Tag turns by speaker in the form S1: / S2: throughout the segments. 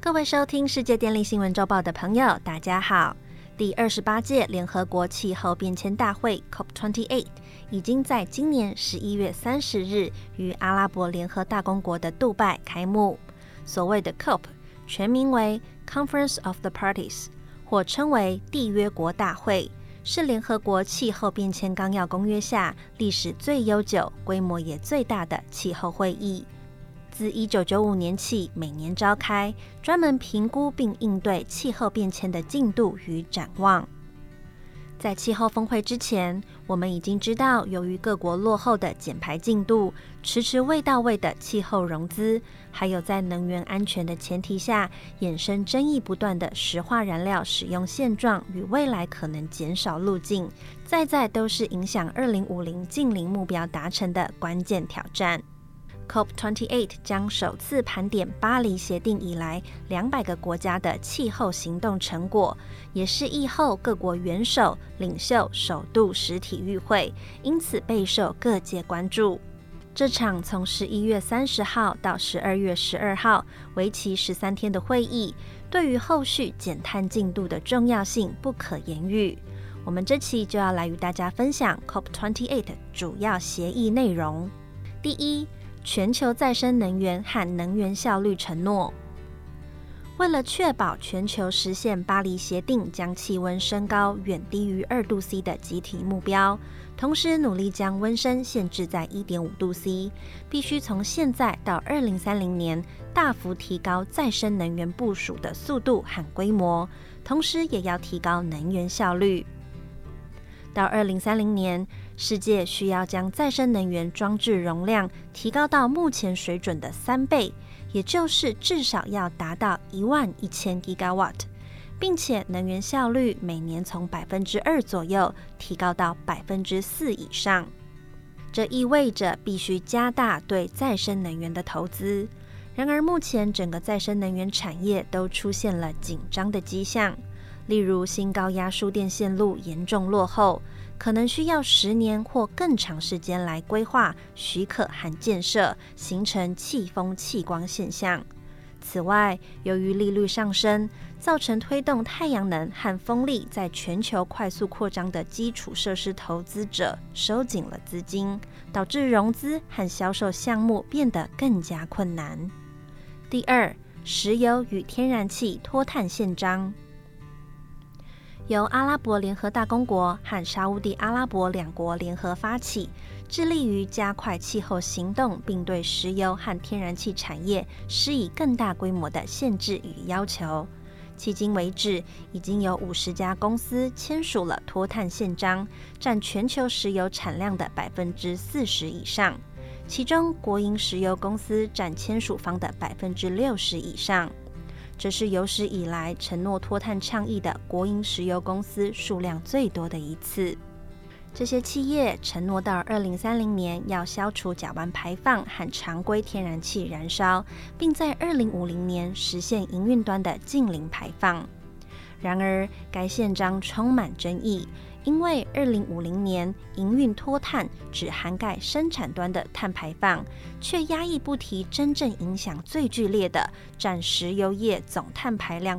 S1: 各位收听世界电力新闻周报的朋友，大家好。第28届联合国气候变迁大会 COP28 已经在今年11月30日于阿拉伯联合大公国的杜拜开幕。所谓的 COP 全名为 Conference of the Parties， 或称为缔约国大会，是联合国气候变迁纲要公约下历史最悠久、规模也最大的气候会议。自1995年起每年召开，专门评估并应对气候变迁的进度与展望。在气候峰会之前，我们已经知道，由于各国落后的减排进度、迟迟未到位的气候融资，还有在能源安全的前提下衍生争议不断的石化燃料使用现状与未来可能减少路径，在都是影响2050净零目标达成的关键挑战。COP28 将首次盘点巴黎协定以来200个国家的气候行动成果，也是疫后各国元首、领袖首度实体与会，因此备受各界关注。这场从11月30号到12月12号为期13天的会议，对于后续减碳进度的重要性不可言喻。我们这期就要来与大家分享 COP28 主要协议内容。第一，全球再生能源和能源效率承诺。为了确保全球实现巴黎协定将气温升高远低于2度C 的集体目标，同时努力将温升限制在 1.5度C， 必须从现在到2030年大幅提高再生能源部署的速度和规模，同时也要提高能源效率。到2030年，世界需要将再生能源装置容量提高到目前水准的3倍，也就是至少要达到11000 GW， 并且能源效率每年从 2% 左右提高到 4% 以上。这意味着必须加大对再生能源的投资。然而目前整个再生能源产业都出现了紧张的迹象，例如新高压输电线路严重落后，可能需要10年或更长时间来规划、许可和建设，形成气风气光现象。此外，由于利率上升，造成推动太阳能和风力在全球快速扩张的基础设施投资者收紧了资金，导致融资和销售项目变得更加困难。第二，石油与天然气脱碳宪章。由阿拉伯联合大公国和沙烏地阿拉伯2国联合发起，致力于加快气候行动，并对石油和天然气产业施以更大规模的限制与要求。迄今为止，已经有50家公司签署了脱碳宪章，占全球石油产量的 40% 以上，其中国营石油公司占签署方的 60% 以上。这是有史以来承诺脱碳倡议的国营石油公司数量最多的一次。这些企业承诺到2030年要消除甲烷排放和常规天然气燃烧，并在2050年实现营运端的净零排放。然而，该宪章充满争议，因为2050年营运脱碳只涵盖生产端的碳排放，却压抑不提真正影响最剧烈的占石油业总碳排量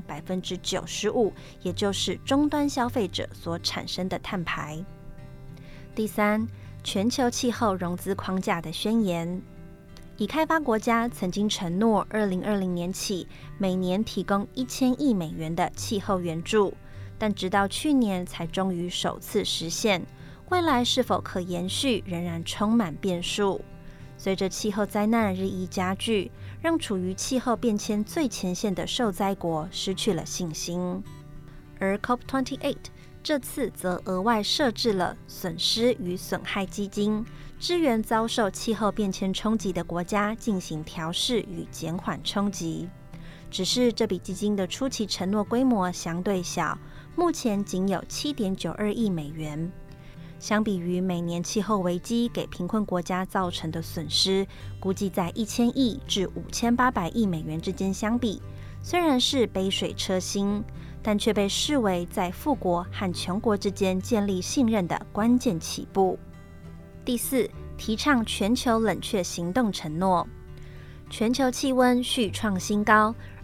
S1: 95%， 也就是终端消费者所产生的碳排。第三，全球气候融资框架的宣言。已开发国家曾经承诺2020年起每年提供1000亿美元的气候援助，但直到去年才终于首次实现，未来是否可延续仍然充满变数。随着气候灾难日益加剧，让处于气候变迁最前线的受灾国失去了信心。而 COP28 这次则额外设置了损失与损害基金，支援遭受气候变迁冲击的国家进行调适与减缓冲击。只是这笔基金的初期承诺规模相对小，目前仅有 7.92 亿美元。相比于每年气候危机给贫困国家造成的损失，估计在1000亿至5800亿美元之间相比，虽然是杯水车薪，但却被视为在富国和穷国之间建立信任的关键起步。第四，提倡全球冷却行动承诺。全球气温续创新高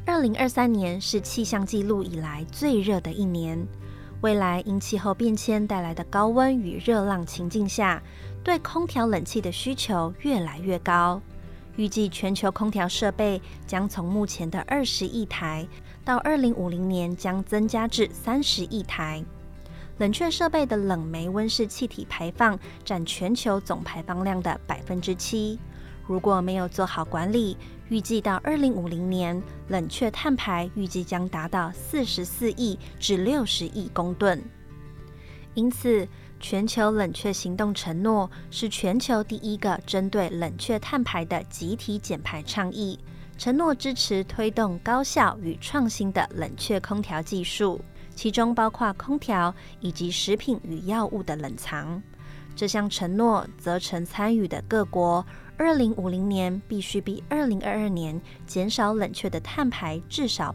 S1: 2023年是气象记录以来最热的一年。未来因气候变迁带来的高温与热浪情境下，对空调冷气的需求越来越高。预计全球空调设备将从目前的20亿台，到2050年将增加至30亿台。冷却设备的冷媒温室气体排放占全球总排放量的7%。如果没有做好管理，预计到2050年，冷却碳排预计将达到44亿至60亿公吨。因此，全球冷却行动承诺是全球第一个针对冷却碳排的集体减排倡议，承诺支持推动高效与创新的冷却空调技术，其中包括空调以及食品与药物的冷藏。这项承诺则曾参与的各国2050年必须比2022年减少冷却的碳排至少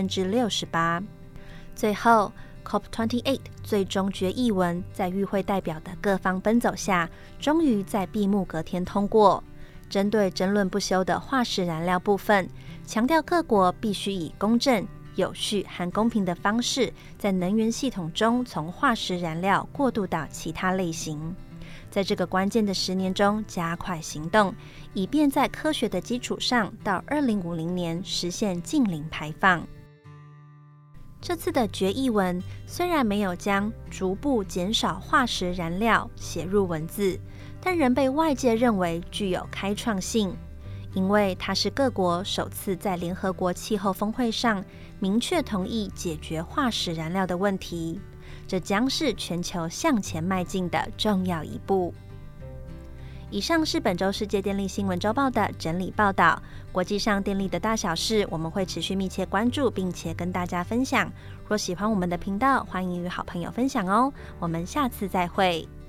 S1: 68%。最后，COP28 最终决议文在与会代表的各方奔走下，终于在闭幕隔天通过。针对争论不休的化石燃料部分，强调各国必须以公正、有序和公平的方式，在能源系统中从化石燃料过渡到其他类型。在这个关键的10年中加快行动，以便在科学的基础上到2050年实现净零排放。这次的决议文虽然没有将逐步减少化石燃料写入文字，但仍被外界认为具有开创性，因为它是各国首次在联合国气候峰会上明确同意解决化石燃料的问题。这将是全球向前迈进的重要一步。以上是本周世界电力新闻周报的整理报道。国际上电力的大小事，我们会持续密切关注，并且跟大家分享。若喜欢我们的频道，欢迎与好朋友分享哦。我们下次再会。